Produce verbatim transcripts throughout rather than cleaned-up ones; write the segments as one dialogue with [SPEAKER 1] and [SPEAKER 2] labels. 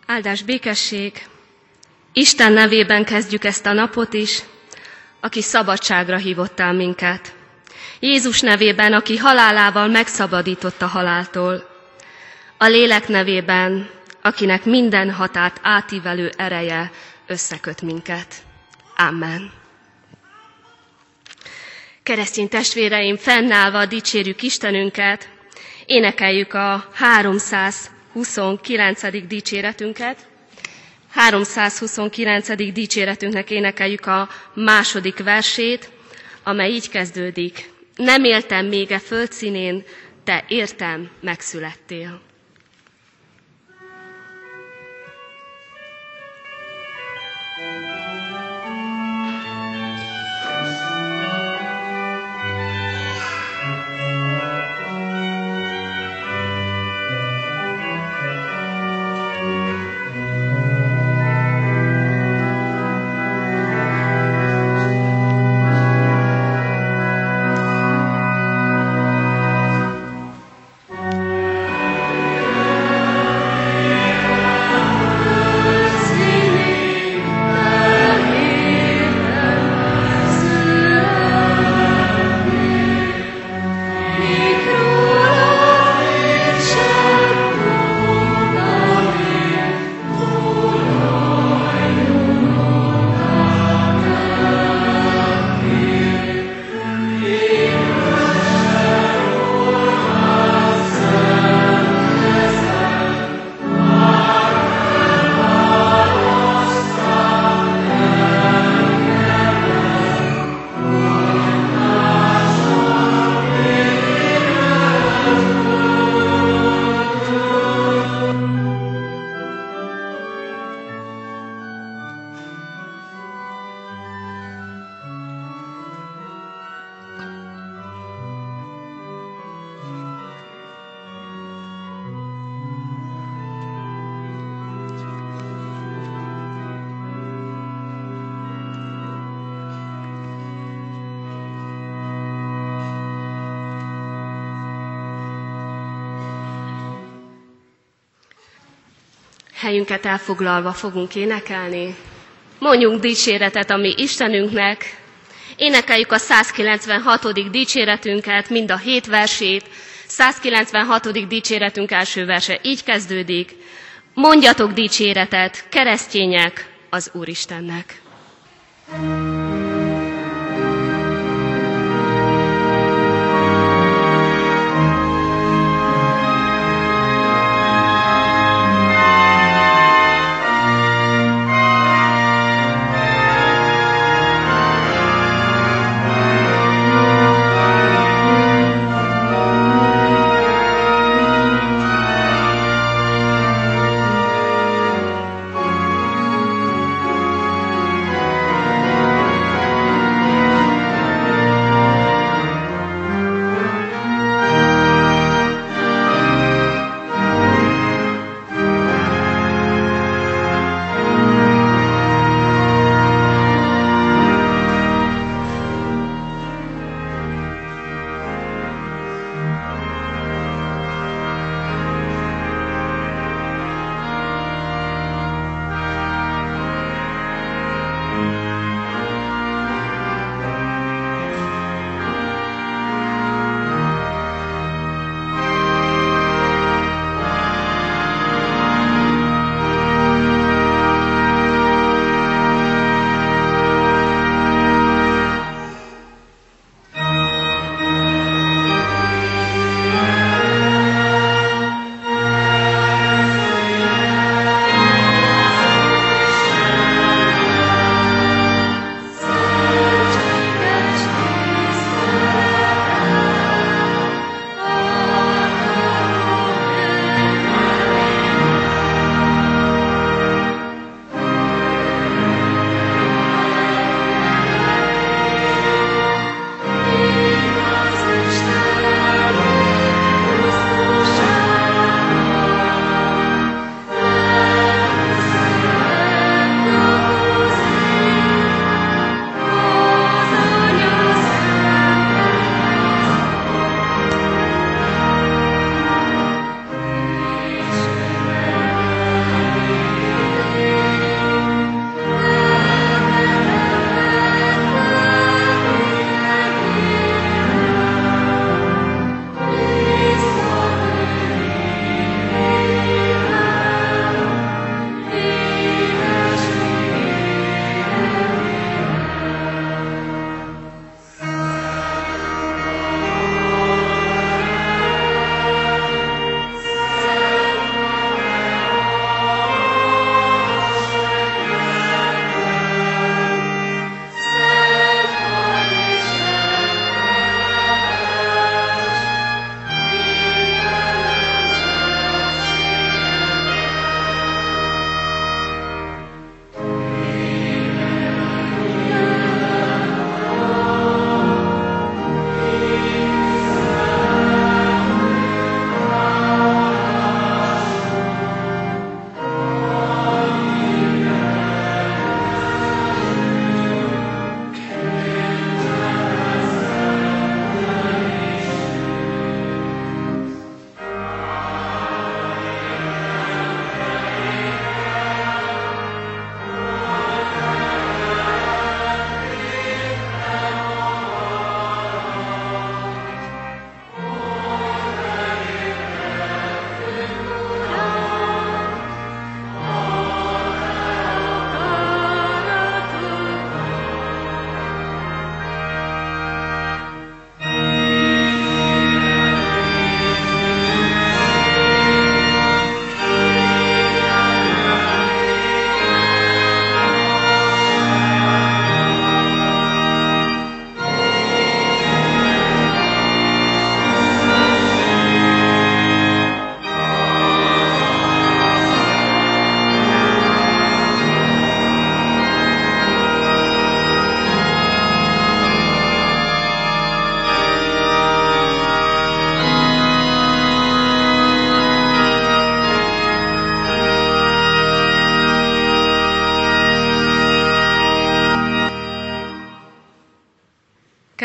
[SPEAKER 1] Áldás, békesség! Isten nevében kezdjük ezt a napot is, aki szabadságra hívott el minket. Jézus nevében, aki halálával megszabadított a haláltól. A lélek nevében, akinek minden határt átívelő ereje összeköt minket. Amen. Keresztény testvéreim, fennállva dicsérjük Istenünket, énekeljük a háromszázhuszonkilencedik dicséretünket. háromszázhuszonkilencedik dicséretünknek énekeljük a második versét, amely így kezdődik. Nem éltem még e földszínén, te értem megszülettél. Helyünket elfoglalva fogunk énekelni. Mondjunk dicséretet a mi Istenünknek. Énekeljük a százkilencvenhatodik dicséretünket, mind a hét versét. százkilencvenhatodik dicséretünk első verse így kezdődik. Mondjatok dicséretet, keresztények, az Úristennek.
[SPEAKER 2] Thank you.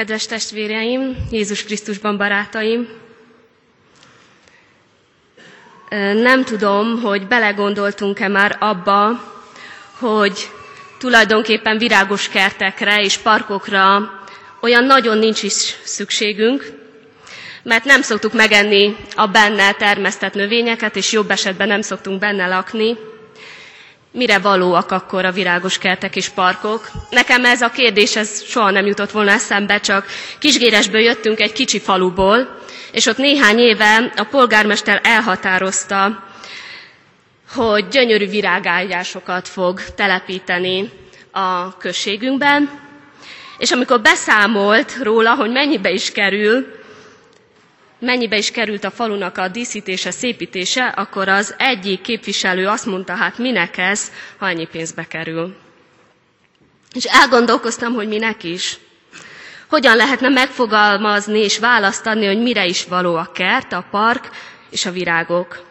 [SPEAKER 1] Kedves testvéreim, Jézus Krisztusban barátaim! Nem tudom, hogy belegondoltunk-e már abba, hogy tulajdonképpen virágos kertekre és parkokra olyan nagyon nincs is szükségünk, mert nem szoktuk megenni a benne termesztett növényeket, és jobb esetben nem szoktunk benne lakni. Mire valóak akkor a virágos kertek és parkok? Nekem ez a kérdés ez soha nem jutott volna eszembe, csak Kisgéresből jöttünk egy kicsi faluból, és ott néhány éve a polgármester elhatározta, hogy gyönyörű virágágyásokat fog telepíteni a községünkben, és amikor beszámolt róla, hogy mennyibe is kerül, mennyibe is került a falunak a díszítése, szépítése, akkor az egyik képviselő azt mondta, hát minek ez, ha ennyi pénzbe kerül. És elgondolkoztam, hogy minek is. Hogyan lehetne megfogalmazni és választani, hogy mire is való a kert, a park és a virágok.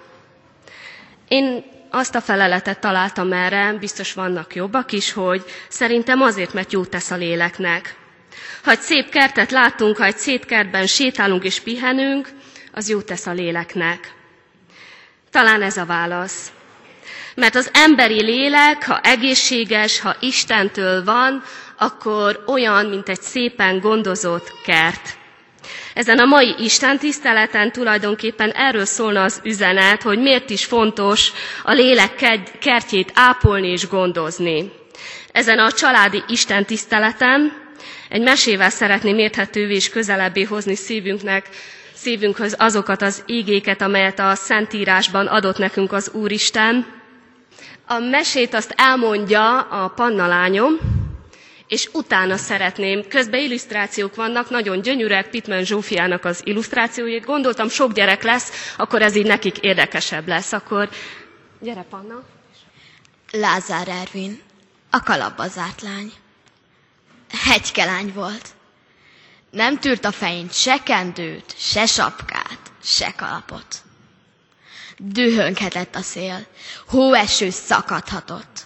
[SPEAKER 1] Én azt a feleletet találtam erre, biztos vannak jobbak is, hogy szerintem azért, mert jót tesz a léleknek. Ha egy szép kertet látunk, ha egy szép kertben sétálunk és pihenünk, az jót tesz a léleknek. Talán ez a válasz. Mert az emberi lélek, ha egészséges, ha Istentől van, akkor olyan, mint egy szépen gondozott kert. Ezen a mai Isten tiszteleten tulajdonképpen erről szólna az üzenet, hogy miért is fontos a lélek kertjét ápolni és gondozni. Ezen a családi Isten tiszteleten egy mesével szeretném érthetővé és közelebbé hozni szívünknek, szívünkhöz azokat az ígéket, amelyet a Szentírásban adott nekünk az Úristen. A mesét azt elmondja a Panna lányom, és utána szeretném, közben illusztrációk vannak, nagyon gyönyörűek, Pittman Zsófiának az illusztrációit. Gondoltam, sok gyerek lesz, akkor ez így nekik érdekesebb lesz. Akkor gyere, Panna!
[SPEAKER 2] Lázár Ervin, a kalapba zárt lány. Hegykelány volt. Nem tűrt a fején se kendőt, se sapkát, se kalapot. Dühönghetett a szél, hóeső szakadhatott.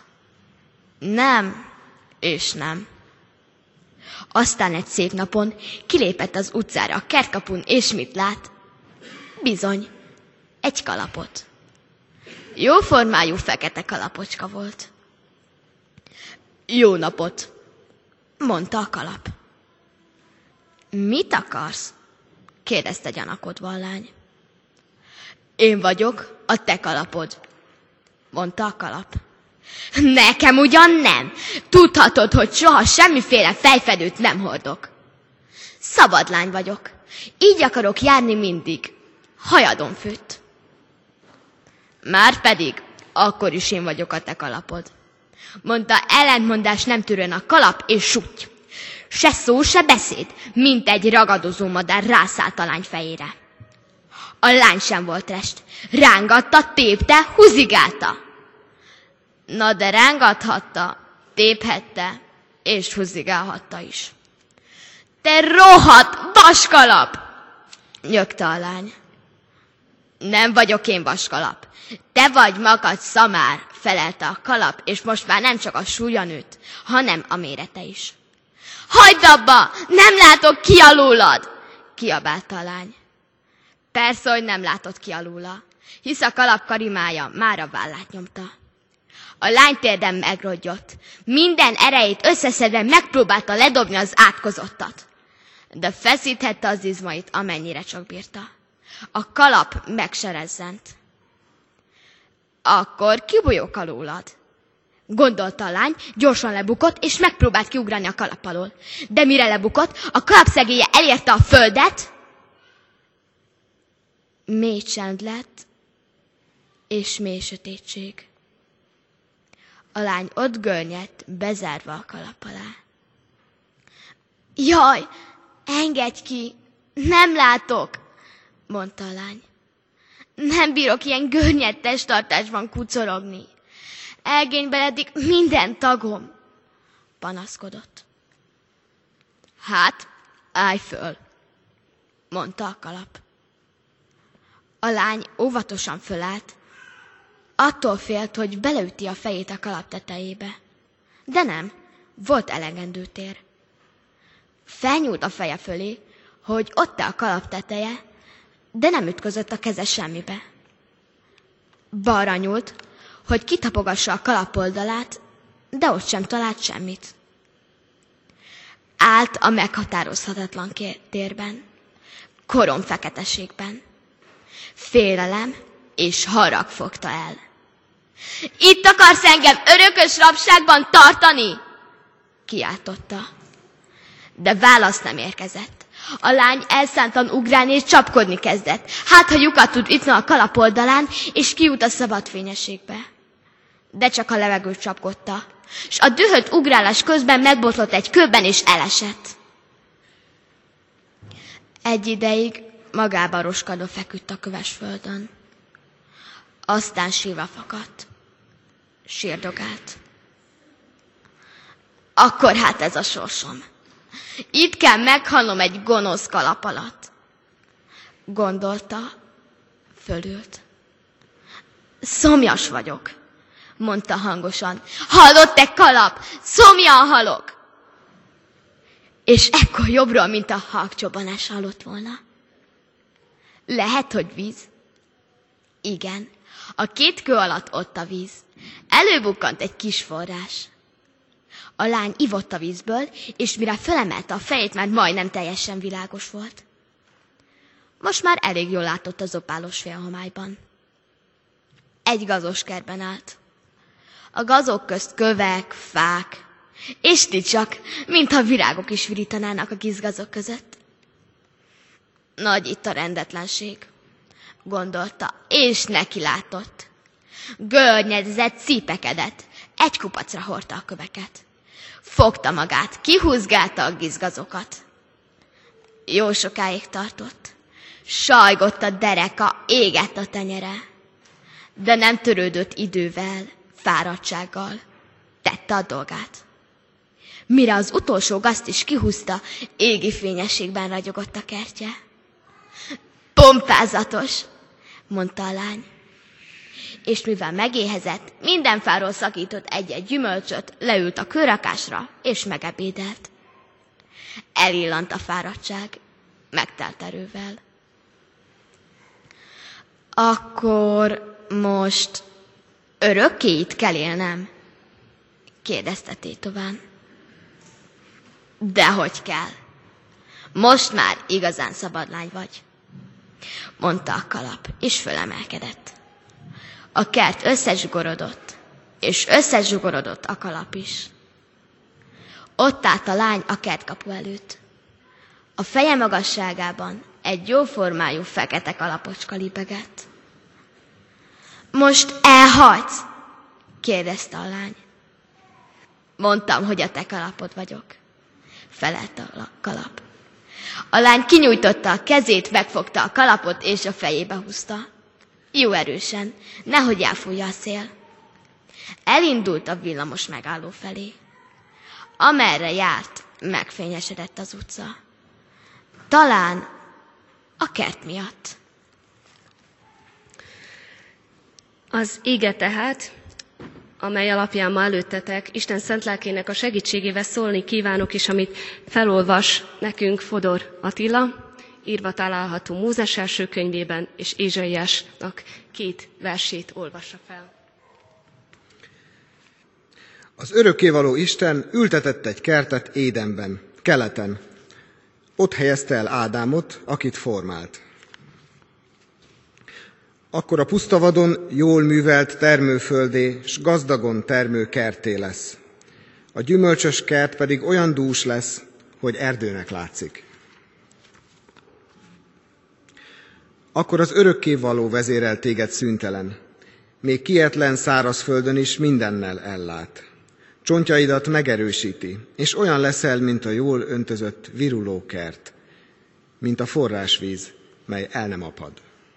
[SPEAKER 2] Nem, és nem. Aztán egy szép napon kilépett az utcára a kertkapun, és mit lát? Bizony, egy kalapot. Jó formájú fekete kalapocska volt. Jó napot, mondta a kalap. Mit akarsz? kérdezte gyanakodva a lány. Én vagyok a te kalapod, mondta a kalap. Nekem ugyan nem. Tudhatod, hogy soha semmiféle fejfedőt nem hordok. Szabad lány vagyok. Így akarok járni mindig. Hajadon főtt. Márpedig, akkor is én vagyok a te kalapod, mondta ellentmondás nem tűrően a kalap, és sutty. Se szó, se beszéd, mint egy ragadozó madár rászállt a lány fejére. A lány sem volt rest. Rángatta, tépte, húzigálta. Na de rángathatta, téphette, és húzigálhatta is. Te rohadt vaskalap! Nyögte a lány. Nem vagyok én vaskalap. Te vagy magad szamár, felelte a kalap, és most már nem csak a súlya nőtt, hanem a mérete is. Hagyd abba! Nem látok ki alólad! Kiabálta a lány. Persze, hogy nem látott ki alóla, hisz a kalap karimája már a vállát nyomta. A lány térden megrodjott. Minden erejét összeszedve megpróbálta ledobni az átkozottat. De feszíthette az izmait, amennyire csak bírta. A kalap megserezzent. Akkor kibújok alólad, gondolta a lány, gyorsan lebukott, és megpróbált kiugrani a kalap alól. De mire lebukott, a kalap szegélye elérte a földet, mély csend lett, és mély sötétség. A lány ott görnyedt, bezárva a kalap alá. Jaj, engedj ki, nem látok, mondta a lány. Nem bírok ilyen görnyedt testtartásban kucorogni. Elgény beledik minden tagom, panaszkodott. Hát, állj föl, mondta a kalap. A lány óvatosan fölállt, attól félt, hogy beleüti a fejét a kalap tetejébe. De nem, volt elegendő tér. Felnyúlt a feje fölé, hogy ott-e a kalap teteje, de nem ütközött a keze semmibe. Balra nyúlt, hogy kitapogassa a kalap oldalát, de ott sem talált semmit. Állt a meghatározhatatlan térben, korom feketeségben. Félelem és harag fogta el. Itt akarsz engem örökös rabságban tartani? Kiáltotta. De válasz nem érkezett. A lány elszántan ugrálni és csapkodni kezdett. Hát, ha lyukat tud ütni a kalap oldalán, és kijut a szabad fényességbe. De csak a levegőt csapkodta, s a dühött ugrálás közben megbotlott egy kőben, és elesett. Egy ideig magába roskadva feküdt a köves földön. Aztán sírva fakadt. Sírdogált. Akkor hát ez a sorsom. Itt kell meghalnom egy gonosz kalap alatt. Gondolta, fölült. Szomjas vagyok, mondta hangosan. Hallott te kalap? Szomjan halok! És ekkor jobbról, mint a halkcsobbanás hallott volna. Lehet, hogy víz? Igen, a két kő alatt ott a víz. Előbukkant egy kis forrás. A lány ivott a vízből, és mire felemelte a fejét, már majdnem teljesen világos volt. Most már elég jól látott az opálos félhomályban. Egy gazos kertben állt. A gazok közt kövek, fák, és ticsak, mintha virágok is virítanának a gizgazok között. Nagy itt a rendetlenség, gondolta, és neki látott. Görnyedezett, szípekedett, egy kupacra hordta a köveket. Fogta magát, kihúzgálta a gizgazokat. Jó sokáig tartott. Sajgott a dereka, égett a tenyere. De nem törődött idővel, fáradtsággal. Tette a dolgát. Mire az utolsó gazt is kihúzta, égi fényességben ragyogott a kertje. Pompázatos, mondta a lány. És mivel megéhezett, minden fáról szakított egy-egy gyümölcsöt, leült a kőrakásra, és megebédelt. Elillant a fáradtság, megtelt erővel. Akkor most örökké itt kell élnem? Kérdezte tétován. Dehogy kell. Most már igazán szabadlány vagy, mondta a kalap, és fölemelkedett. A kert összezsugorodott, és összezsugorodott a kalap is. Ott állt a lány a kertkapu előtt. A feje magasságában egy jóformájú fekete kalapocska libegett. Most elhagysz? Kérdezte a lány. Mondtam, hogy a te kalapod vagyok, felelte a kalap. A lány kinyújtotta a kezét, megfogta a kalapot, és a fejébe húzta. Jó erősen, nehogy elfújja a szél. Elindult a villamos megálló felé. Amerre járt, megfényesedett az utca. Talán a kert miatt.
[SPEAKER 1] Az ige tehát, amely alapján ma előttetek, Isten szent lelkének a segítségével szólni kívánok, és amit felolvas nekünk Fodor Attila, írva található Mózes első könyvében, és Ézsaiásnak két versét olvassa fel.
[SPEAKER 3] Az örökkévaló Isten ültetett egy kertet Édenben, keleten. Ott helyezte el Ádámot, akit formált. Akkor a pusztavadon jól művelt termőföldé, s gazdagon termő kerté lesz. A gyümölcsös kert pedig olyan dús lesz, hogy erdőnek látszik. Akkor az örökkévaló vezérel téged szüntelen, még kietlen szárazföldön is mindennel ellát. Csontjaidat megerősíti, és olyan leszel, mint a jól öntözött viruló kert, mint a forrásvíz, mely el nem apad.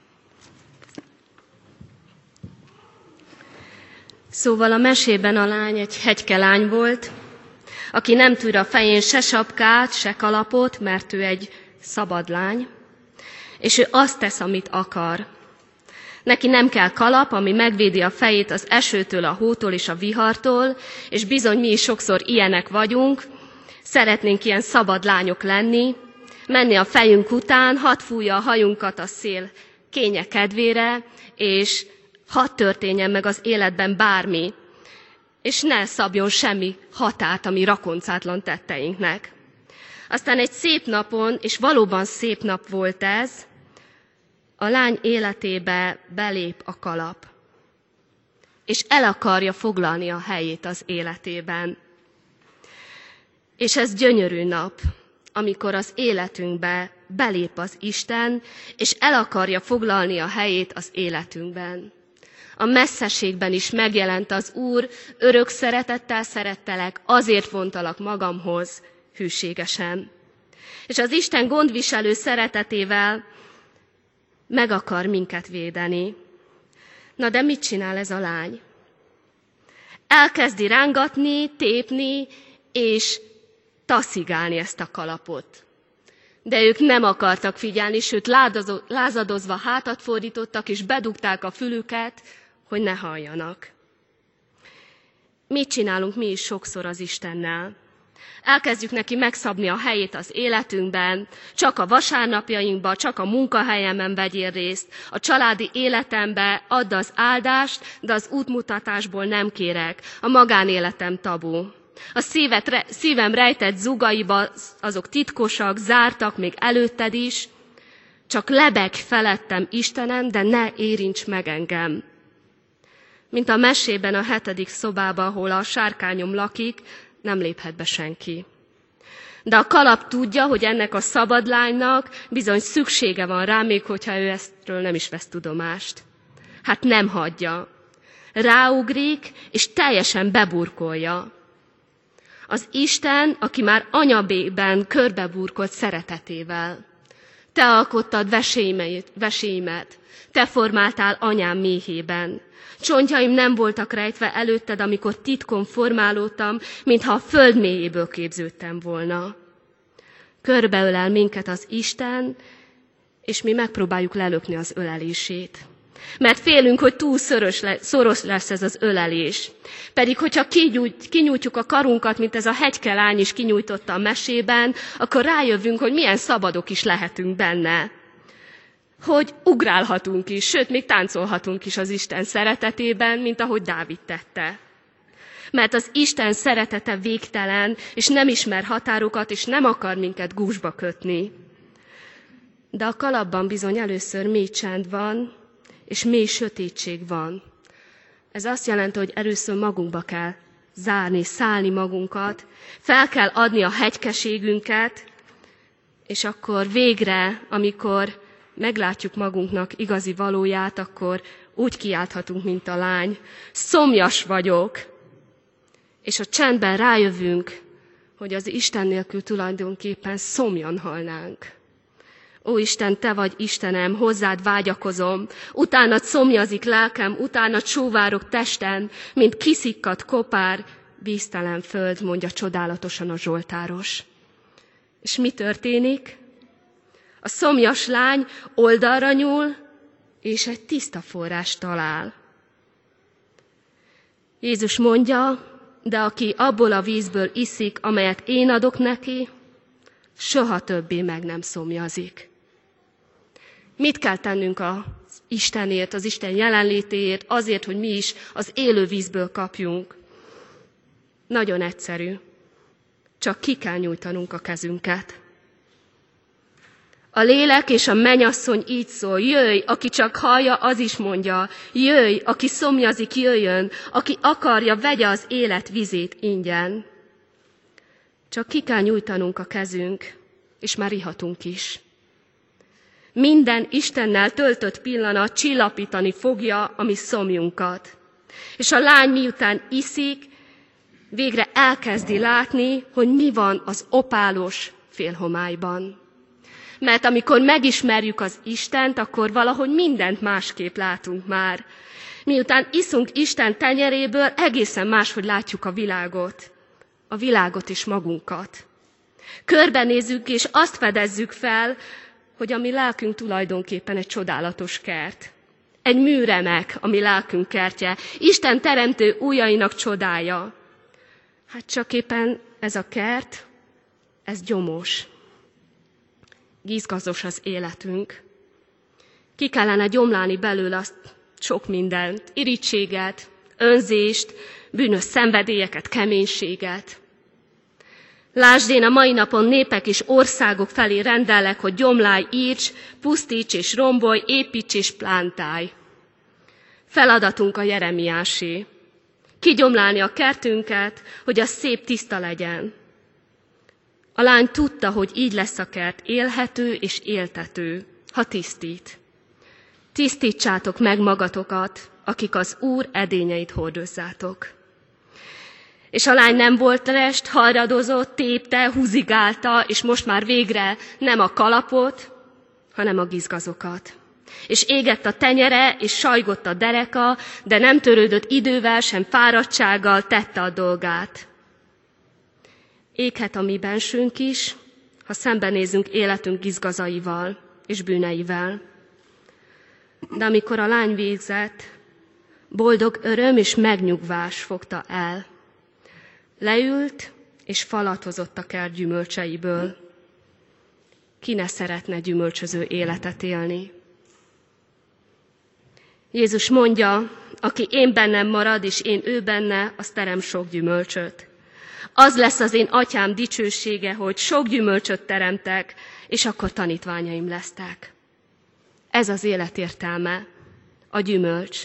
[SPEAKER 1] Szóval a mesében a lány egy hegyke lány volt, aki nem tűr a fején se sapkát, se kalapot, mert ő egy szabad lány, és ő azt tesz, amit akar. Neki nem kell kalap, ami megvédi a fejét az esőtől, a hótól és a vihartól, és bizony mi is sokszor ilyenek vagyunk, Szeretnénk ilyen szabad lányok lenni, menni a fejünk után, hadd fújja a hajunkat a szél kénye kedvére, és hadd történjen meg az életben bármi, és ne szabjon semmi határt a mi rakoncátlan tetteinknek. Aztán egy szép napon, és valóban szép nap volt ez, a lány életébe belép a kalap, és el akarja foglalni a helyét az életében. És ez gyönyörű nap, amikor az életünkbe belép az Isten, és el akarja foglalni a helyét az életünkben. A messzeségben is megjelent az Úr, örök szeretettel szerettelek, azért vontalak magamhoz hűségesen. És az Isten gondviselő szeretetével meg akar minket védeni. Na de mit csinál ez a lány? Elkezdi rángatni, tépni, és taszigálni ezt a kalapot. De ők nem akartak figyelni, sőt lázadozva hátat fordítottak, és bedugták a fülüket, hogy ne halljanak. Mit csinálunk mi is sokszor az Istennel? Elkezdjük neki megszabni a helyét az életünkben, csak a vasárnapjainkban, csak a munkahelyemen vegyél részt, a családi életembe add az áldást, de az útmutatásból nem kérek, a magánéletem tabu. A szívet, szívem rejtett zugaiba, azok titkosak, zártak még előtted is, csak lebeg felettem Istenem, de ne érints meg engem. Mint a mesében a hetedik szobában, ahol a sárkányom lakik, nem léphet be senki. De a kalap tudja, hogy ennek a szabadlánynak bizony szüksége van rá, még hogyha ő eztről nem is vesz tudomást. Hát nem hagyja. Ráugrik, és teljesen beburkolja. Az Isten, aki már anyabében körbeburkolt szeretetével. Te alkottad veséimet, te formáltál anyám méhében. Csontjaim nem voltak rejtve előtted, amikor titkon formálódtam, mintha a föld mélyéből képződtem volna. Körbeölel minket az Isten, és mi megpróbáljuk lelökni az ölelését. Mert félünk, hogy túl szoros, le, szoros lesz ez az ölelés. Pedig, hogyha kinyújt, kinyújtjuk a karunkat, mint ez a hegyke lány is kinyújtotta a mesében, akkor rájövünk, hogy milyen szabadok is lehetünk benne. Hogy ugrálhatunk is, sőt, még táncolhatunk is az Isten szeretetében, mint ahogy Dávid tette. Mert az Isten szeretete végtelen, és nem ismer határokat, és nem akar minket gúzsba kötni. De a kalapban bizony először mély csend van, és mély sötétség van. Ez azt jelenti, hogy először magunkba kell zárni, szállni magunkat, fel kell adni a hegykeségünket, és akkor végre, amikor meglátjuk magunknak igazi valóját, akkor úgy kiálthatunk, mint a lány. Szomjas vagyok, és a csendben rájövünk, hogy az Isten nélkül tulajdonképpen szomjan halnánk. Ó Isten, te vagy Istenem, hozzád vágyakozom, utánad szomjazik lelkem, utánad sóvárok testen, mint kiszikkadt kopár, víztelen föld, mondja csodálatosan a zsoltáros. És mi történik? A szomjas lány oldalra nyúl, és egy tiszta forrást talál. Jézus mondja, de aki abból a vízből iszik, amelyet én adok neki, soha többé meg nem szomjazik. Mit kell tennünk az Istenért, az Isten jelenlétéért, azért, hogy mi is az élő vízből kapjunk? Nagyon egyszerű. Csak ki kell nyújtanunk a kezünket. A lélek és a mennyasszony így szól, jöjj, aki csak hallja, az is mondja, jöjj, aki szomjazik, jöjjön, aki akarja, vegye az élet vizét ingyen. Csak ki kell nyújtanunk a kezünk, és már ihatunk is. Minden Istennel töltött pillanat csillapítani fogja a mi szomjunkat. És a lány miután iszik, végre elkezdi látni, hogy mi van az opálos félhomályban. Mert amikor megismerjük az Istent, akkor valahogy mindent másképp látunk már. Miután iszunk Isten tenyeréből, egészen máshogy látjuk a világot. A világot és magunkat. Körbenézzük, és azt fedezzük fel, hogy a mi lelkünk tulajdonképpen egy csodálatos kert. Egy műremek a mi lelkünk kertje. Isten teremtő ujjainak csodája. Hát csak éppen ez a kert ez gyomos. Gizgazos az életünk. Ki kellene gyomlálni belőle azt sok mindent, irítséget, önzést, bűnös szenvedélyeket, keménységet. Lásd, én a mai napon népek és országok felé rendellek, hogy gyomlálj, írts, pusztíts és rombolj, építs és plántálj. Feladatunk a Jeremiásé. Kigyomlálni a kertünket, hogy az szép tiszta legyen. A lány tudta, hogy így lesz a kert élhető és éltető, ha tisztít. Tisztítsátok meg magatokat, akik az Úr edényeit hordozzátok. És a lány nem volt rest, hajradozott, tépte, húzigálta, és most már végre nem a kalapot, hanem a gizgazokat. És égett a tenyere, és sajgott a dereka, de nem törődött idővel, sem fáradtsággal, tette a dolgát. Éghet a mi bensőnk is, ha szembenézünk életünk gizgazaival és bűneivel. De amikor a lány végzett, boldog öröm és megnyugvás fogta el. Leült, és falat hozott a kert gyümölcseiből. Ki ne szeretne gyümölcsöző életet élni? Jézus mondja, aki én bennem marad, és én ő benne, az terem sok gyümölcsöt. Az lesz az én atyám dicsősége, hogy sok gyümölcsöt teremtek, és akkor tanítványaim lesztek. Ez az élet értelme, a gyümölcs.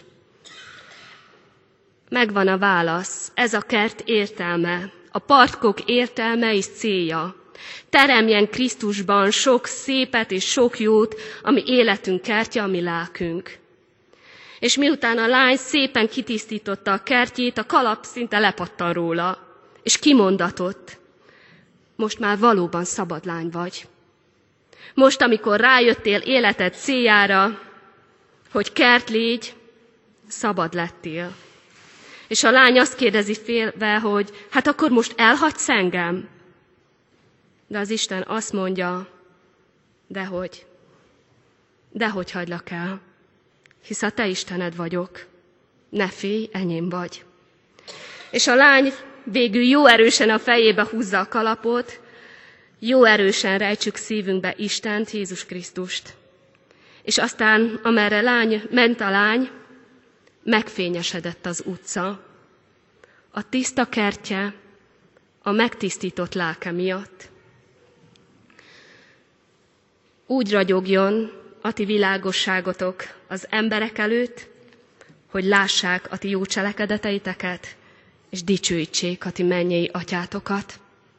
[SPEAKER 1] Megvan a válasz, ez a kert értelme, a partkok értelme és célja. Teremjen Krisztusban sok szépet és sok jót, ami életünk kertje, ami lelkünk. És miután a lány szépen kitisztította a kertjét, a kalap szinte lepattan róla, és kimondatott, most már valóban szabad lány vagy. Most, amikor rájöttél életed céljára, hogy kert légy, szabad lettél. És a lány azt kérdezi félve, hogy hát akkor most elhagysz engem? De az Isten azt mondja, dehogy, dehogy hagylak el, hisz a te Istened vagyok, ne félj, enyém vagy. És a lány végül jó erősen a fejébe húzza a kalapot, jó erősen rejtsük szívünkbe Istent, Jézus Krisztust. És aztán, amerre lány, ment a lány, megfényesedett az utca. A tiszta kertje, a megtisztított lelke miatt. Úgy ragyogjon a ti világosságotok az emberek előtt, hogy lássák a ti jó cselekedeteiteket, és dicsőítsék a ti mennyei atyátokat.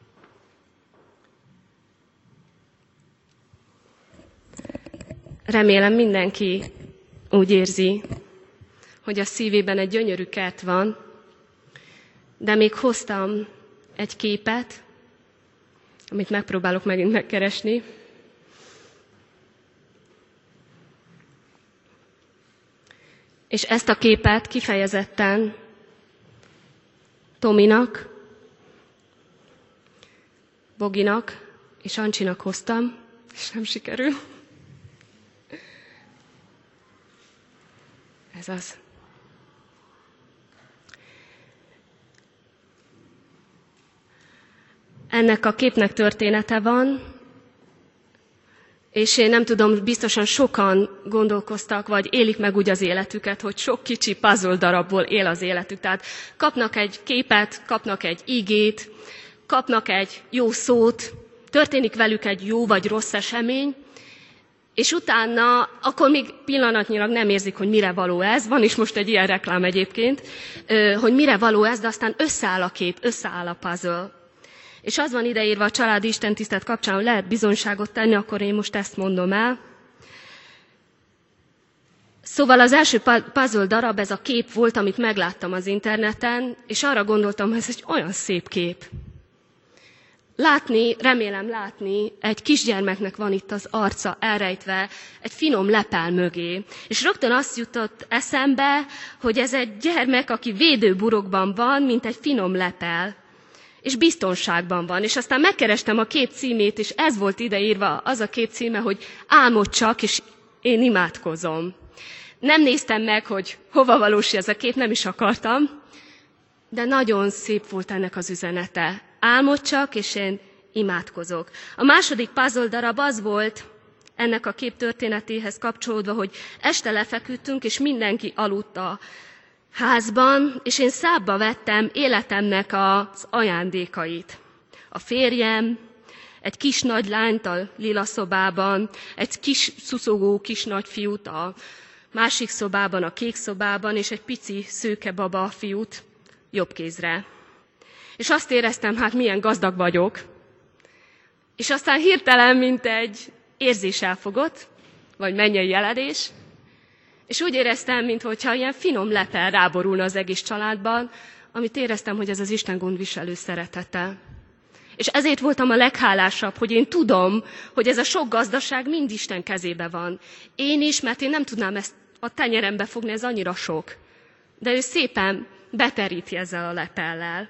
[SPEAKER 1] Remélem mindenki úgy érzi, hogy a szívében egy gyönyörű kert van, de még hoztam egy képet, amit megpróbálok megint megkeresni. És ezt a képet kifejezetten Tominak, Boginak és Ancsinak hoztam, és nem sikerül. Ez az. Ennek a képnek története van, és én nem tudom, biztosan sokan gondolkoztak, vagy élik meg úgy az életüket, hogy sok kicsi puzzle darabból él az életük. Tehát kapnak egy képet, kapnak egy igét, kapnak egy jó szót, történik velük egy jó vagy rossz esemény, és utána, akkor még pillanatnyilag nem érzik, hogy mire való ez, van is most egy ilyen reklám egyébként, hogy mire való ez, de aztán összeáll a kép, összeáll a puzzle. És az van ideírva a családi istentisztelet kapcsán, hogy lehet bizonyságot tenni, akkor én most ezt mondom el. Szóval az első puzzle darab, ez a kép volt, amit megláttam az interneten, és arra gondoltam, hogy ez egy olyan szép kép. Látni, remélem látni, egy kisgyermeknek van itt az arca elrejtve egy finom lepel mögé. És rögtön azt jutott eszembe, hogy ez egy gyermek, aki védőburokban van, mint egy finom lepel. És biztonságban van. És aztán megkerestem a kép címét, és ez volt ideírva, az a kép címe, hogy álmodj csak, és én imádkozom. Nem néztem meg, hogy hova valósi ez a kép, nem is akartam, de nagyon szép volt ennek az üzenete. Álmodj csak, és én imádkozok. A második puzzle darab az volt, ennek a kép történetéhez kapcsolódva, hogy este lefeküdtünk, és mindenki aludt a házban, és én számba vettem életemnek az ajándékait. A férjem, egy kis nagylányt a lila szobában, egy kis szuszogó kis nagyfiút a másik szobában, a kék szobában, és egy pici szőke baba fiút jobb kézre. És azt éreztem, hát milyen gazdag vagyok. És aztán hirtelen, mint egy érzés elfogott, vagy mennyei jeledés, és úgy éreztem, mintha ilyen finom lepel ráborulna az egész családban, amit éreztem, hogy ez az Isten gondviselő szeretete. És ezért voltam a leghálásabb, hogy én tudom, hogy ez a sok gazdaság mind Isten kezébe van. Én is, mert én nem tudnám ezt a tenyerembe fogni, ez annyira sok. De ő szépen beteríti ezzel a lepellel.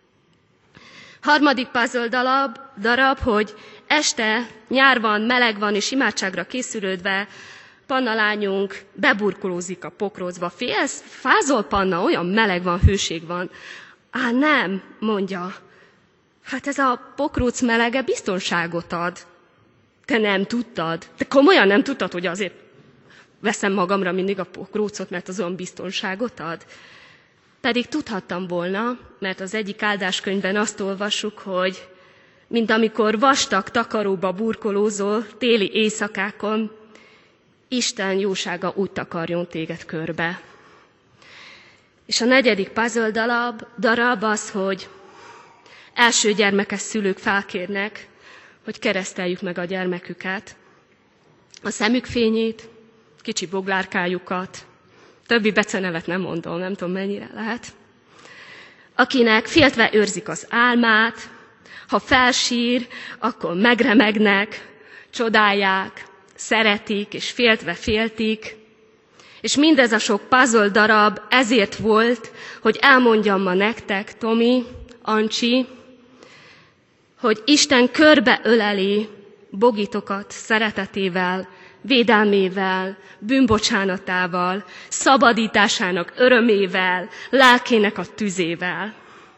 [SPEAKER 1] Harmadik puzzle darab, darab, hogy este nyár van, meleg van, és imádságra készülődve Panna lányunk beburkolózik a pokrócba. Félsz? Fázol, Panna? Olyan meleg van, hőség van. Á, nem, mondja. Hát ez a pokróc melege biztonságot ad. Te nem tudtad. Te komolyan nem tudtad, hogy azért veszem magamra mindig a pokrócot, mert az olyan biztonságot ad? Pedig tudhattam volna, mert az egyik áldáskönyvben azt olvassuk, hogy mint amikor vastag takaróba burkolózol téli éjszakákon, Isten jósága úgy takarjon téged körbe. És a negyedik puzzle darab, darab az, hogy első gyermekes szülők felkérnek, hogy kereszteljük meg a gyermeküket, a szemük fényét, kicsi boglárkájukat, többi becenevet nem mondom, nem tudom mennyire lehet, akinek féltve őrzik az álmát, ha felsír, akkor megremegnek, csodálják, szeretik és féltve féltik, és mindez a sok puzzle darab ezért volt, hogy elmondjam ma nektek, Tomi, Ancsi, hogy Isten körbeöleli bogitokat szeretetével, védelmével, bűnbocsánatával, szabadításának örömével, lelkének a tüzével.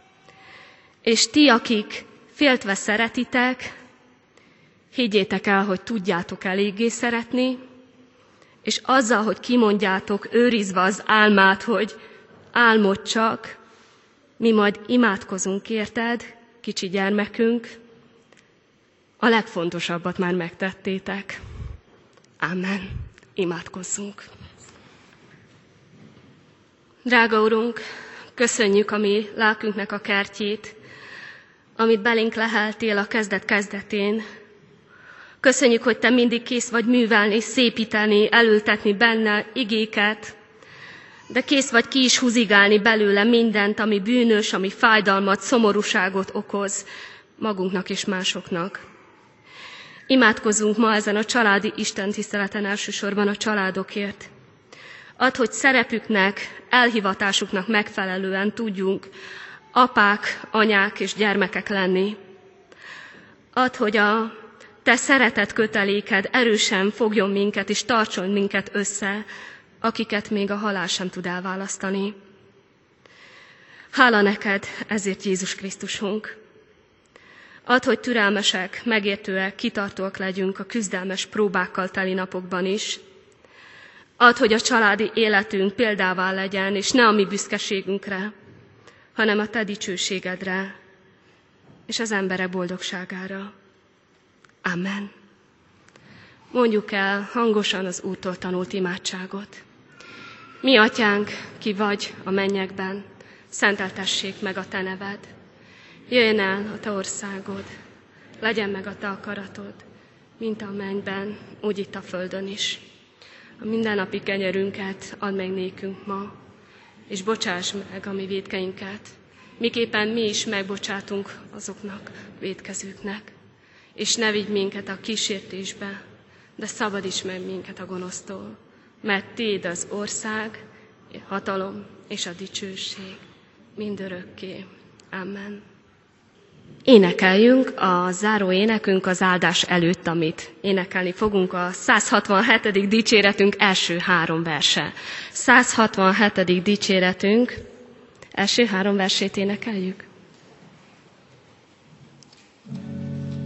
[SPEAKER 1] És ti, akik féltve szeretitek, higgyétek el, hogy tudjátok eléggé szeretni, és azzal, hogy kimondjátok, őrizve az álmát, hogy álmod csak, mi majd imádkozunk érted, kicsi gyermekünk, a legfontosabbat már megtettétek. Amen. Imádkozzunk. Drága Urunk, köszönjük a mi lelkünknek a kertjét, amit belénk leheltél a kezdet kezdetén. Köszönjük, hogy Te mindig kész vagy művelni, szépíteni, elültetni benne igéket, de kész vagy ki is húzigálni belőle mindent, ami bűnös, ami fájdalmat, szomorúságot okoz magunknak és másoknak. Imádkozzunk ma ezen a családi istentiszteleten elsősorban a családokért. Add, hogy szerepüknek, elhivatásuknak megfelelően tudjunk apák, anyák és gyermekek lenni. Add, hogy a Te szeretet köteléked erősen fogjon minket és tartson minket össze, akiket még a halál sem tud elválasztani. Hála neked ezért, Jézus Krisztusunk. Add, hogy türelmesek, megértőek, kitartóak legyünk a küzdelmes próbákkal teli napokban is. Add, hogy a családi életünk példává legyen, és ne a mi büszkeségünkre, hanem a Te dicsőségedre, és az emberek boldogságára. Amen. Mondjuk el hangosan az Úrtól tanult imádságot. Mi atyánk, ki vagy a mennyekben, szenteltessék meg a Te neved. Jöjjön el a Te országod, legyen meg a Te akaratod, mint a mennyben, úgy itt a földön is. A mindennapi kenyerünket add meg nékünk ma, és bocsáss meg a mi vétkeinket, miképpen mi is megbocsátunk azoknak vétkezőknek. És ne vigy minket a kísértésbe, de szabadíts meg minket a gonosztól, mert Téd az ország, a hatalom és a dicsőség mindörökké. Amen. Énekeljünk a záró énekünk az áldás előtt, amit énekelni fogunk, a száz hatvanhetedik dicséretünk első három verse. száz hatvanhetedik dicséretünk első három versét énekeljük.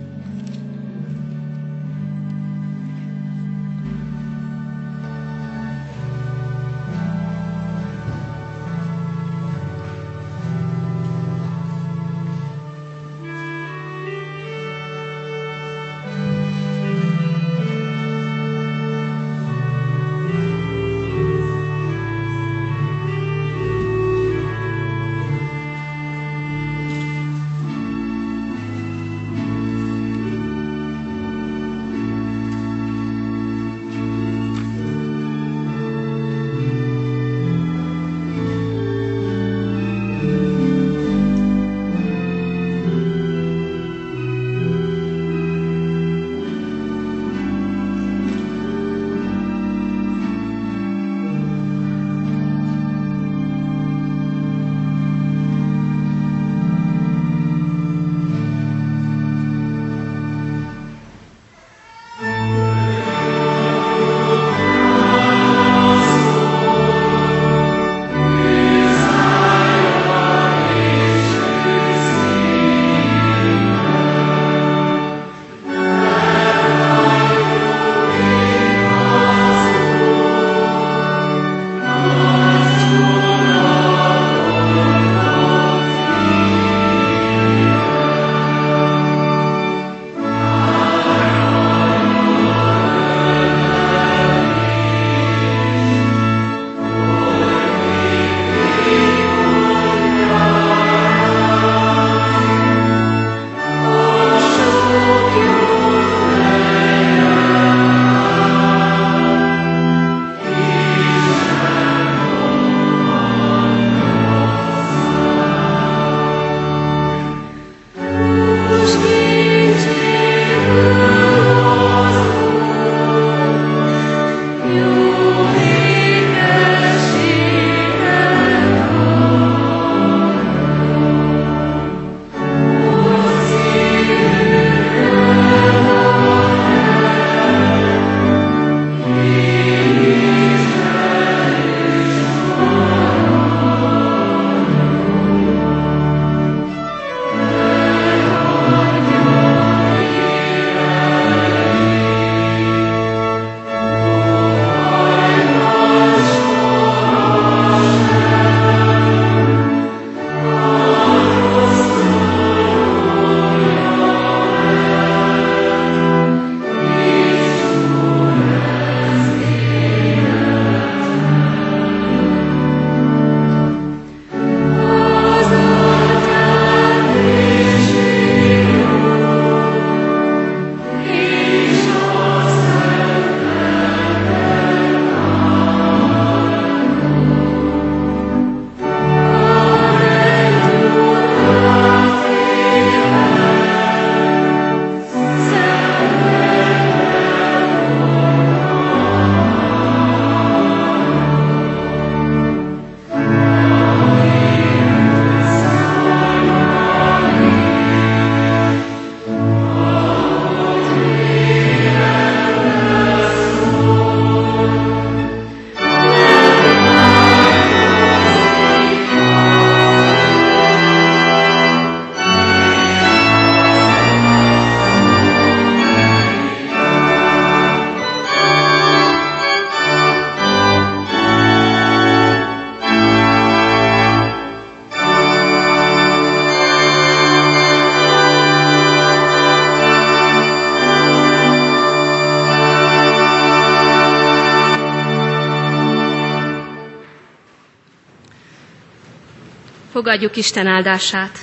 [SPEAKER 1] Fogadjuk Isten áldását.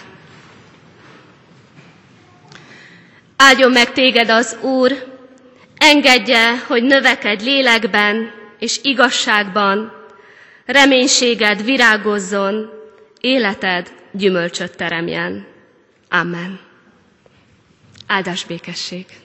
[SPEAKER 1] Áldjon meg téged az Úr, engedje, hogy növekedj lélekben és igazságban, reménységed virágozzon, életed gyümölcsöt teremjen. Amen. Áldás békesség!